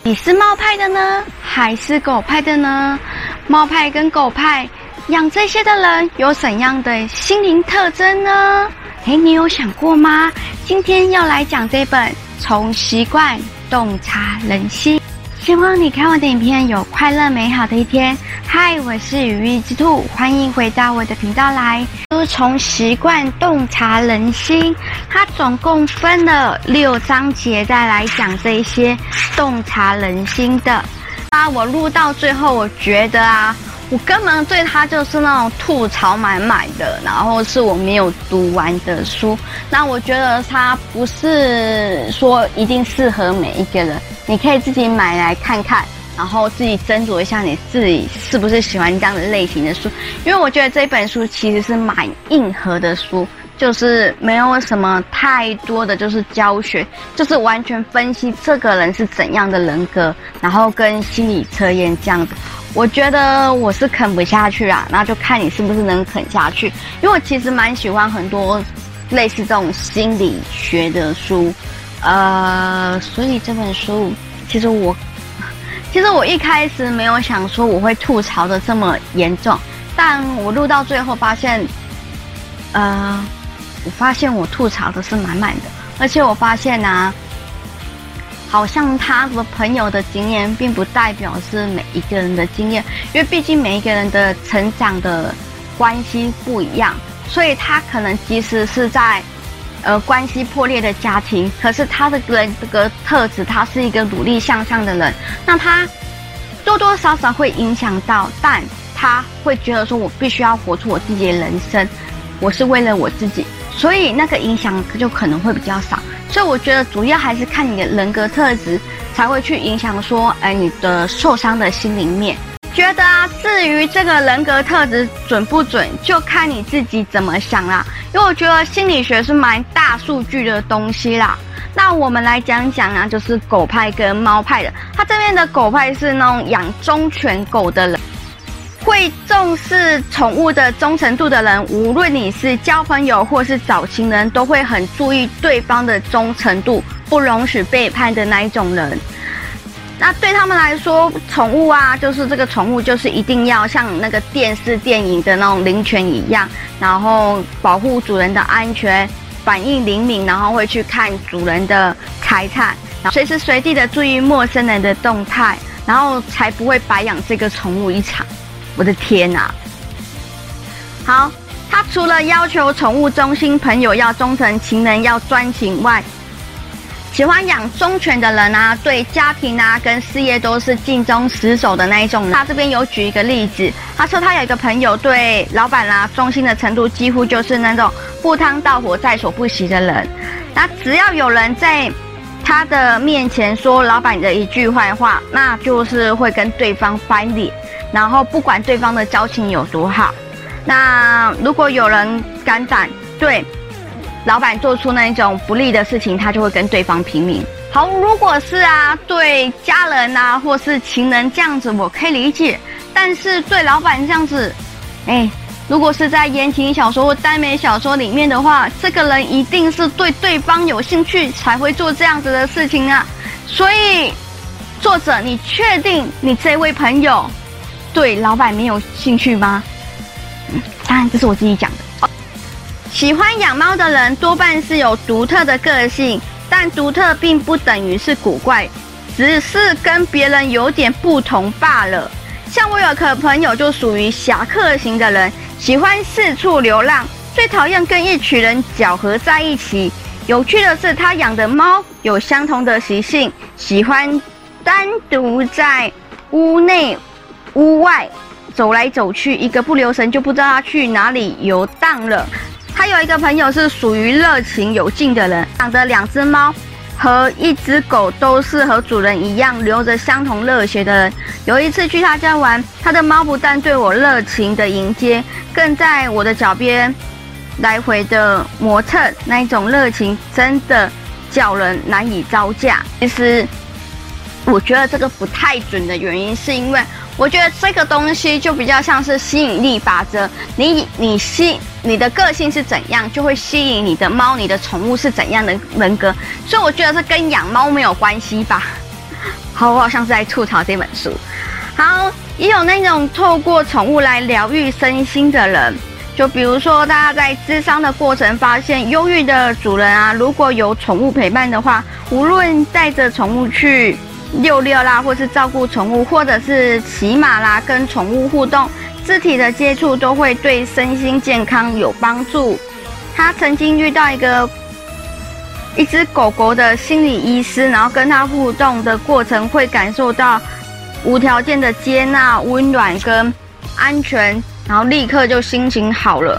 你是猫派的呢，还是狗派的呢？猫派跟狗派养这些的人有怎样的心灵特征呢？你有想过吗？今天要来讲这本《从习惯洞察人心》，希望你看我的影片有快乐美好的一天。嗨，我是羽翼之兔，欢迎回到我的频道来。从习惯洞察人心，它总共分了6章节，再来讲这一些洞察人心的。我录到最后，我觉得我根本对它就是那种吐槽满满的，然后是我没有读完的书。那我觉得它不是说一定适合每一个人，你可以自己买来看看，然后自己斟酌一下你自己是不是喜欢这样的类型的书。因为我觉得这本书其实是蛮硬核的书，就是没有什么太多的就是教学，就是完全分析这个人是怎样的人格，然后跟心理测验这样子。我觉得我是啃不下去那就看你是不是能啃下去。因为我其实蛮喜欢很多类似这种心理学的书，所以这本书其实我一开始没有想说我会吐槽的这么严重，但我录到最后发现，我发现我吐槽的是满满的，而且我发现好像他的朋友的经验并不代表是每一个人的经验，因为毕竟每一个人的成长的关系不一样，所以他可能即使是在关系破裂的家庭，可是他的人这个特质，他是一个努力向上的人，那他多多少少会影响到，但他会觉得说我必须要活出我自己的人生，我是为了我自己，所以那个影响就可能会比较少。所以我觉得主要还是看你的人格特质才会去影响说你的受伤的心灵面。觉得至于这个人格特质准不准，就看你自己怎么想啦。因为我觉得心理学是蛮大数据的东西啦。那我们来讲讲就是狗派跟猫派的。他这边的狗派是那种养忠犬狗的人，会重视宠物的忠诚度的人，无论你是交朋友或是找情人，都会很注意对方的忠诚度，不容许背叛的那一种人。那对他们来说，宠物就是这个宠物就是一定要像那个电视电影的那种灵犬一样，然后保护主人的安全，反应灵敏，然后会去看主人的财产，随时随地的注意陌生人的动态，然后才不会白养这个宠物一场。我的天好，他除了要求宠物忠心，朋友要忠诚，情人要专情外，喜欢养忠犬的人对家庭跟事业都是尽忠职守的那一种人。他这边有举一个例子，他说他有一个朋友对老板忠心的程度几乎就是那种赴汤蹈火在所不惜的人。那只要有人在他的面前说老板的一句坏话，那就是会跟对方翻脸，然后不管对方的交情有多好。那如果有人敢胆对老板做出那一种不利的事情，他就会跟对方拼命。好，如果是对家人或是情人这样子我可以理解，但是对老板这样子如果是在言情小说或耽美小说里面的话，这个人一定是对对方有兴趣才会做这样子的事情所以作者，你确定你这位朋友对老板没有兴趣吗？当然这是我自己讲的。喜欢养猫的人多半是有独特的个性，但独特并不等于是古怪，只是跟别人有点不同罢了。像我有个朋友就属于侠客型的人，喜欢四处流浪，最讨厌跟一群人搅和在一起。有趣的是，他养的猫有相同的习性，喜欢单独在屋内屋外走来走去，一个不留神就不知道他去哪里游荡了。还有一个朋友是属于热情有劲的人，养的2只猫和1只狗都是和主人一样流着相同热血的人。有一次去他家玩，他的猫不但对我热情的迎接，更在我的脚边来回的磨蹭，那一种热情真的叫人难以招架。其实我觉得这个不太准的原因是因为我觉得这个东西就比较像是吸引力法则，你的个性是怎样，就会吸引你的猫，你的宠物是怎样的人格，所以我觉得这跟养猫没有关系吧。 好，我好像是在吐槽这本书。好，也有那种透过宠物来疗愈身心的人，就比如说大家在咨商的过程发现，忧郁的主人啊，如果有宠物陪伴的话，无论带着宠物去遛遛啦，或是照顾宠物，或者是骑马啦，跟宠物互动，肢体的接触都会对身心健康有帮助。他曾经遇到一只狗狗的心理医师，然后跟他互动的过程会感受到无条件的接纳、温暖跟安全，然后立刻就心情好了。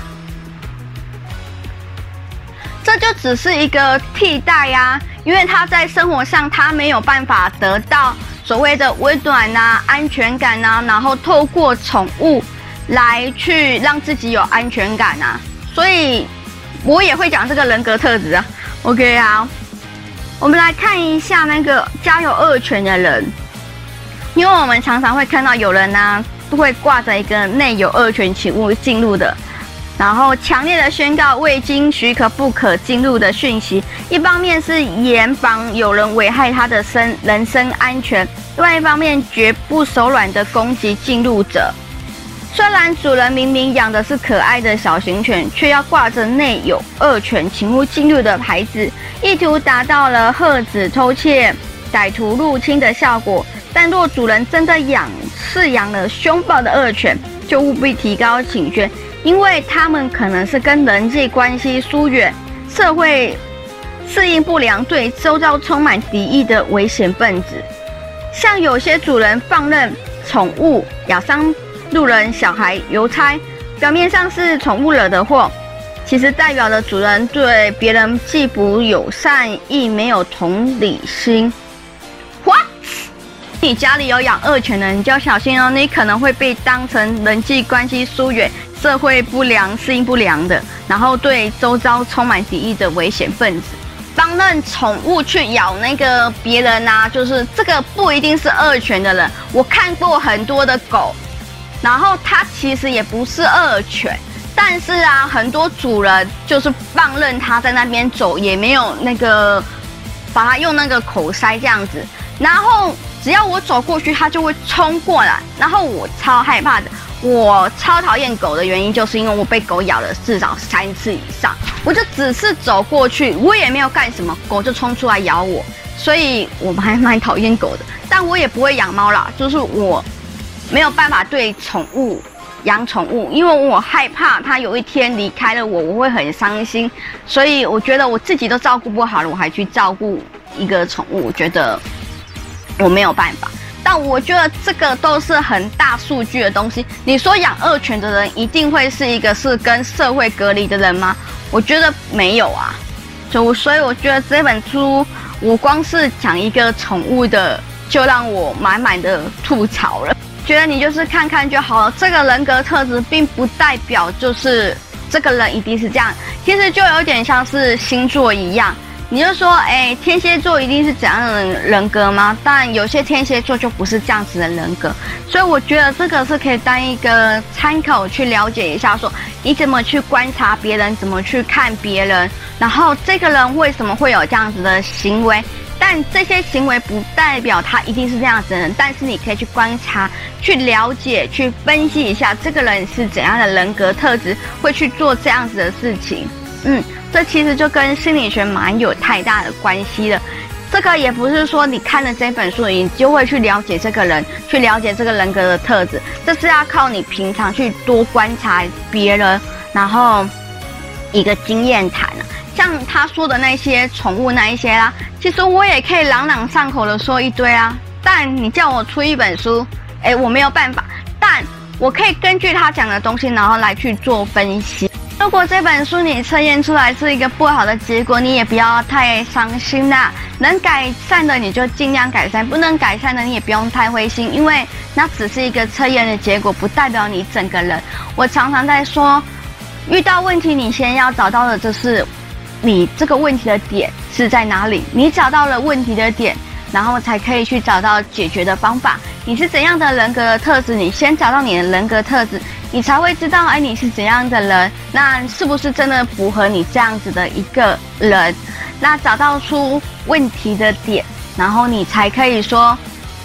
这就只是一个替代啊，因为他在生活上他没有办法得到所谓的温暖啊、安全感啊，然后透过宠物来去让自己有安全感啊，所以我也会讲这个人格特质啊。OK 好，我们来看一下那个家有恶犬的人，因为我们常常会看到有人啊会挂着一个内有恶犬请勿进入的，然后强烈的宣告未经许可不可进入的讯息，一方面是严防有人危害他的人身安全，另外一方面绝不手软的攻击进入者。虽然主人明明养的是可爱的小型犬，却要挂着内有恶犬请勿进入的牌子，意图达到了喝止偷窃、歹徒入侵的效果。但若主人真的饲养了凶暴的恶犬，就务必提高警觉，因为他们可能是跟人际关系疏远、社会适应不良、对周遭充满敌意的危险分子。像有些主人放任宠物咬伤路人、小孩、邮差，表面上是宠物惹的祸，其实代表了主人对别人既不友善，亦没有同理心。What？ 你家里有养恶犬的，你就要小心哦，你可能会被当成人际关系疏远、社会不良、适应不良的，然后对周遭充满敌意的危险分子。放任宠物去咬那个别人啊，就是这个不一定是恶犬的人，我看过很多的狗。然后它其实也不是恶犬，但是啊，很多主人就是放任它在那边走，也没有把它用那个口塞这样子。然后只要我走过去，它就会冲过来，然后我超害怕的。我超讨厌狗的原因，就是因为我被狗咬了至少3次以上。我就只是走过去，我也没有干什么，狗就冲出来咬我，所以我还蛮讨厌狗的。但我也不会养猫啦，就是我没有办法对养宠物，因为我害怕它有一天离开了我，我会很伤心。所以我觉得我自己都照顾不好了，我还去照顾一个宠物，我觉得我没有办法。但我觉得这个都是很大数据的东西。你说养恶犬的人一定会是跟社会隔离的人吗？我觉得没有啊。所以我觉得这本书，我光是讲一个宠物的，就让我满满的吐槽了。觉得你就是看看就好了，这个人格特质并不代表就是这个人一定是这样，其实就有点像是星座一样，你就说天蝎座一定是怎样的人格吗？但有些天蝎座就不是这样子的人格，所以我觉得这个是可以当一个参考去了解一下，说你怎么去观察别人，怎么去看别人，然后这个人为什么会有这样子的行为，但这些行为不代表他一定是这样子的人，但是你可以去观察、去了解、去分析一下这个人是怎样的人格特质，会去做这样子的事情。这其实就跟心理学蛮有太大的关系的。这个也不是说你看了这本书你就会去了解这个人，去了解这个人格的特质，这是要靠你平常去多观察别人，然后一个经验谈啊。像他说的那些宠物那一些啦，其实我也可以朗朗上口的说一堆啊，但你叫我出一本书，我没有办法，但我可以根据他讲的东西，然后来去做分析。如果这本书你测验出来是一个不好的结果，你也不要太伤心啦。能改善的你就尽量改善，不能改善的你也不用太灰心，因为那只是一个测验的结果，不代表你整个人。我常常在说，遇到问题你先要找到的就是你这个问题的点是在哪里，你找到了问题的点，然后才可以去找到解决的方法。你是怎样的人格的特质，你先找到你的人格特质，你才会知道你是怎样的人，那是不是真的符合你这样子的一个人。那找到出问题的点，然后你才可以说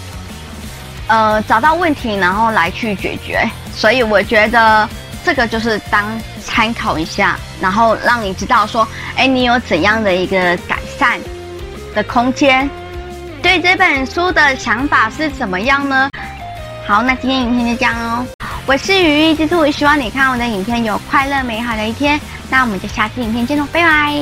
找到问题，然后来去解决。所以我觉得这个就是当参考一下，然后让你知道说，哎，你有怎样的一个改善的空间。对这本书的想法是怎么样呢？好，那今天影片就这样哦。我是羽翼之兔，希望你看我的影片有快乐美好的一天。那我们就下次影片见喽，拜拜。